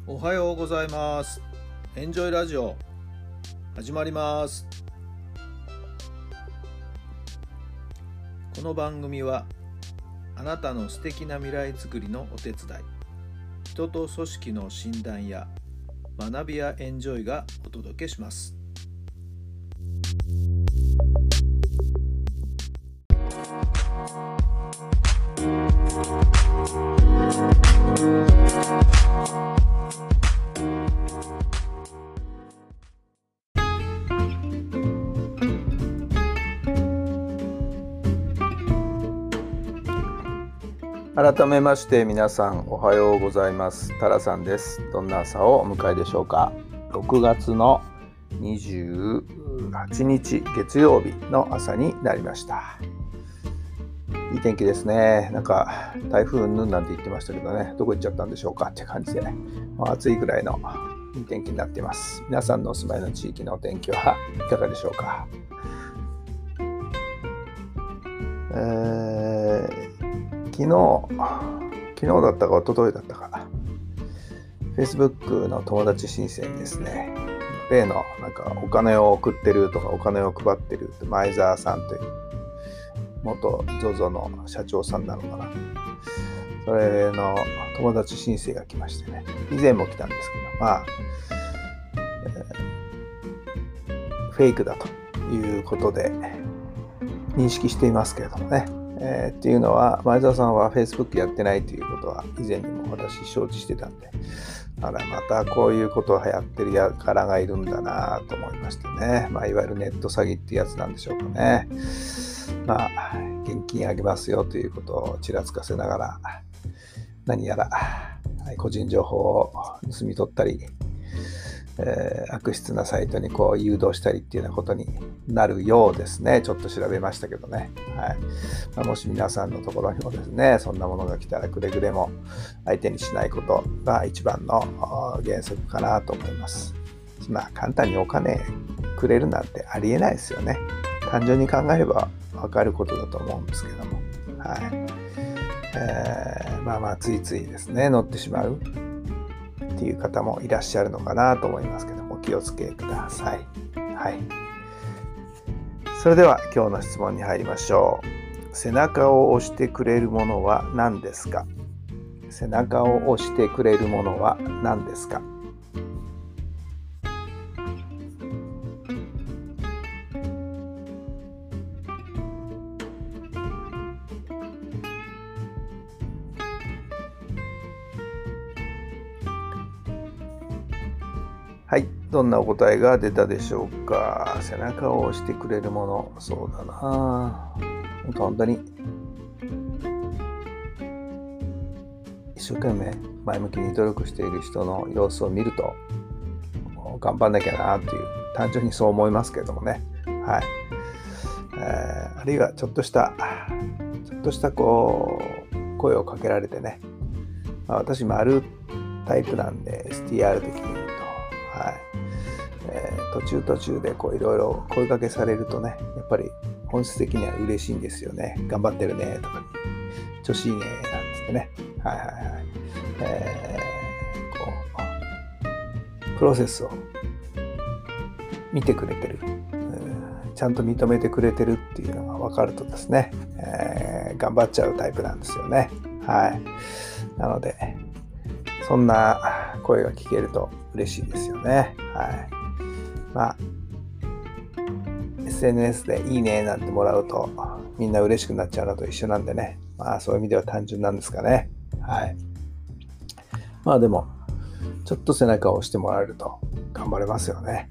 おはようございます。エンジョイラジオ始まります。この番組はあなたの素敵な未来づくりのお手伝い、人と組織の診断や学びやエンジョイがお届けします。改めまして皆さんおはようございます。タラさんです。どんな朝をお迎えでしょうか。6月の28日月曜日の朝になりました。いい天気ですね。なんか台風うんぬんなんて言ってましたけどね、どこ行っちゃったんでしょうかって感じで、暑いぐらいのいい天気になっています。皆さんのお住まいの地域のお天気はいかがでしょうか。昨日だったか一昨日だったか Facebook の友達申請にですね、例のなんかお金を送ってるとかお金を配ってる前澤さんという元 ZOZO の社長さんなのかな、それの友達申請が来ましてね、以前も来たんですけどフェイクだということで認識していますけれどもね、っていうのは前澤さんは Facebook やってないということは以前にも私承知してたんで、またこういうことをやってるやからがいるんだなと思いましてね、いわゆるネット詐欺ってやつなんでしょうかね。現金あげますよということをちらつかせながら何やら個人情報を盗み取ったり、悪質なサイトに誘導したりっていうようなことになるようですね。ちょっと調べましたけどね、もし皆さんのところにもですね、そんなものが来たらくれぐれも相手にしないことが一番の原則かなと思います。簡単にお金くれるなんてありえないですよね。単純に考えれば分かることだと思うんですけども、ついついですね乗ってしまうっていう方もいらっしゃるのかなと思いますけども、気をつけください。それでは今日の質問に入りましょう。背中を押してくれるものは何ですか？背中を押してくれるものは何ですか？どんなお答えが出たでしょうか。背中を押してくれるもの、そうだな。なんか本当に一生懸命前向きに努力している人の様子を見ると頑張んなきゃなっていう、単純にそう思いますけどもね。あるいはちょっとした声をかけられてね、私丸タイプなんで STR 的に言うと、途中でいろいろ声かけされるとね、やっぱり本質的には嬉しいんですよね。頑張ってるねとか、調子いいねなんつってね、プロセスを見てくれてる、ちゃんと認めてくれてるっていうのが分かるとですね、頑張っちゃうタイプなんですよね。なのでそんな声が聞けると嬉しいですよね。SNS でいいねなんてもらうとみんな嬉しくなっちゃうのと一緒なんでね、そういう意味では単純なんですかね。でもちょっと背中を押してもらえると頑張れますよね。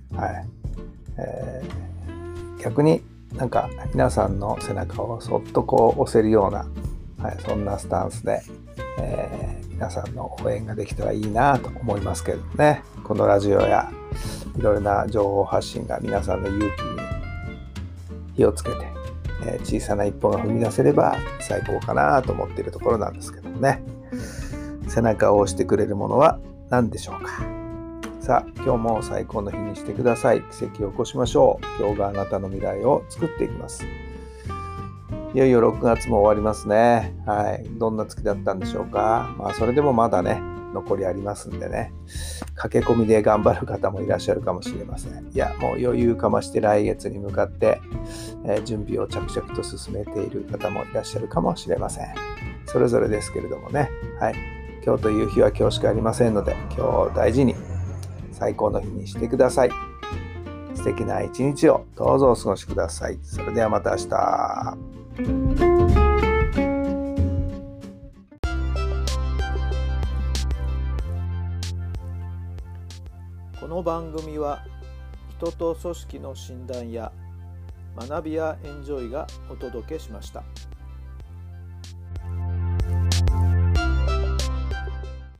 逆になんか皆さんの背中をそっと押せるような、そんなスタンスで、皆さんの応援ができたらいいなと思いますけどね。このラジオやいろいろな情報発信が皆さんの勇気に火をつけて、小さな一歩が踏み出せれば最高かなと思っているところなんですけどもね。背中を押してくれるものは何でしょうか。今日も最高の日にしてください。奇跡を起こしましょう。今日があなたの未来を作っていきます。いよいよ6月も終わりますね。どんな月だったんでしょうか。それでもまだね、 残りありますんでね、駆け込みで頑張る方もいらっしゃるかもしれません。いや、もう余裕かまして来月に向かって、準備を着々と進めている方もいらっしゃるかもしれません。それぞれですけれどもね、はい、今日という日は今日しかありませんので、今日を大事に最高の日にしてください。素敵な一日をどうぞお過ごしください。それではまた明日。この番組は人と組織の診断や学びやエンジョイがお届けしました。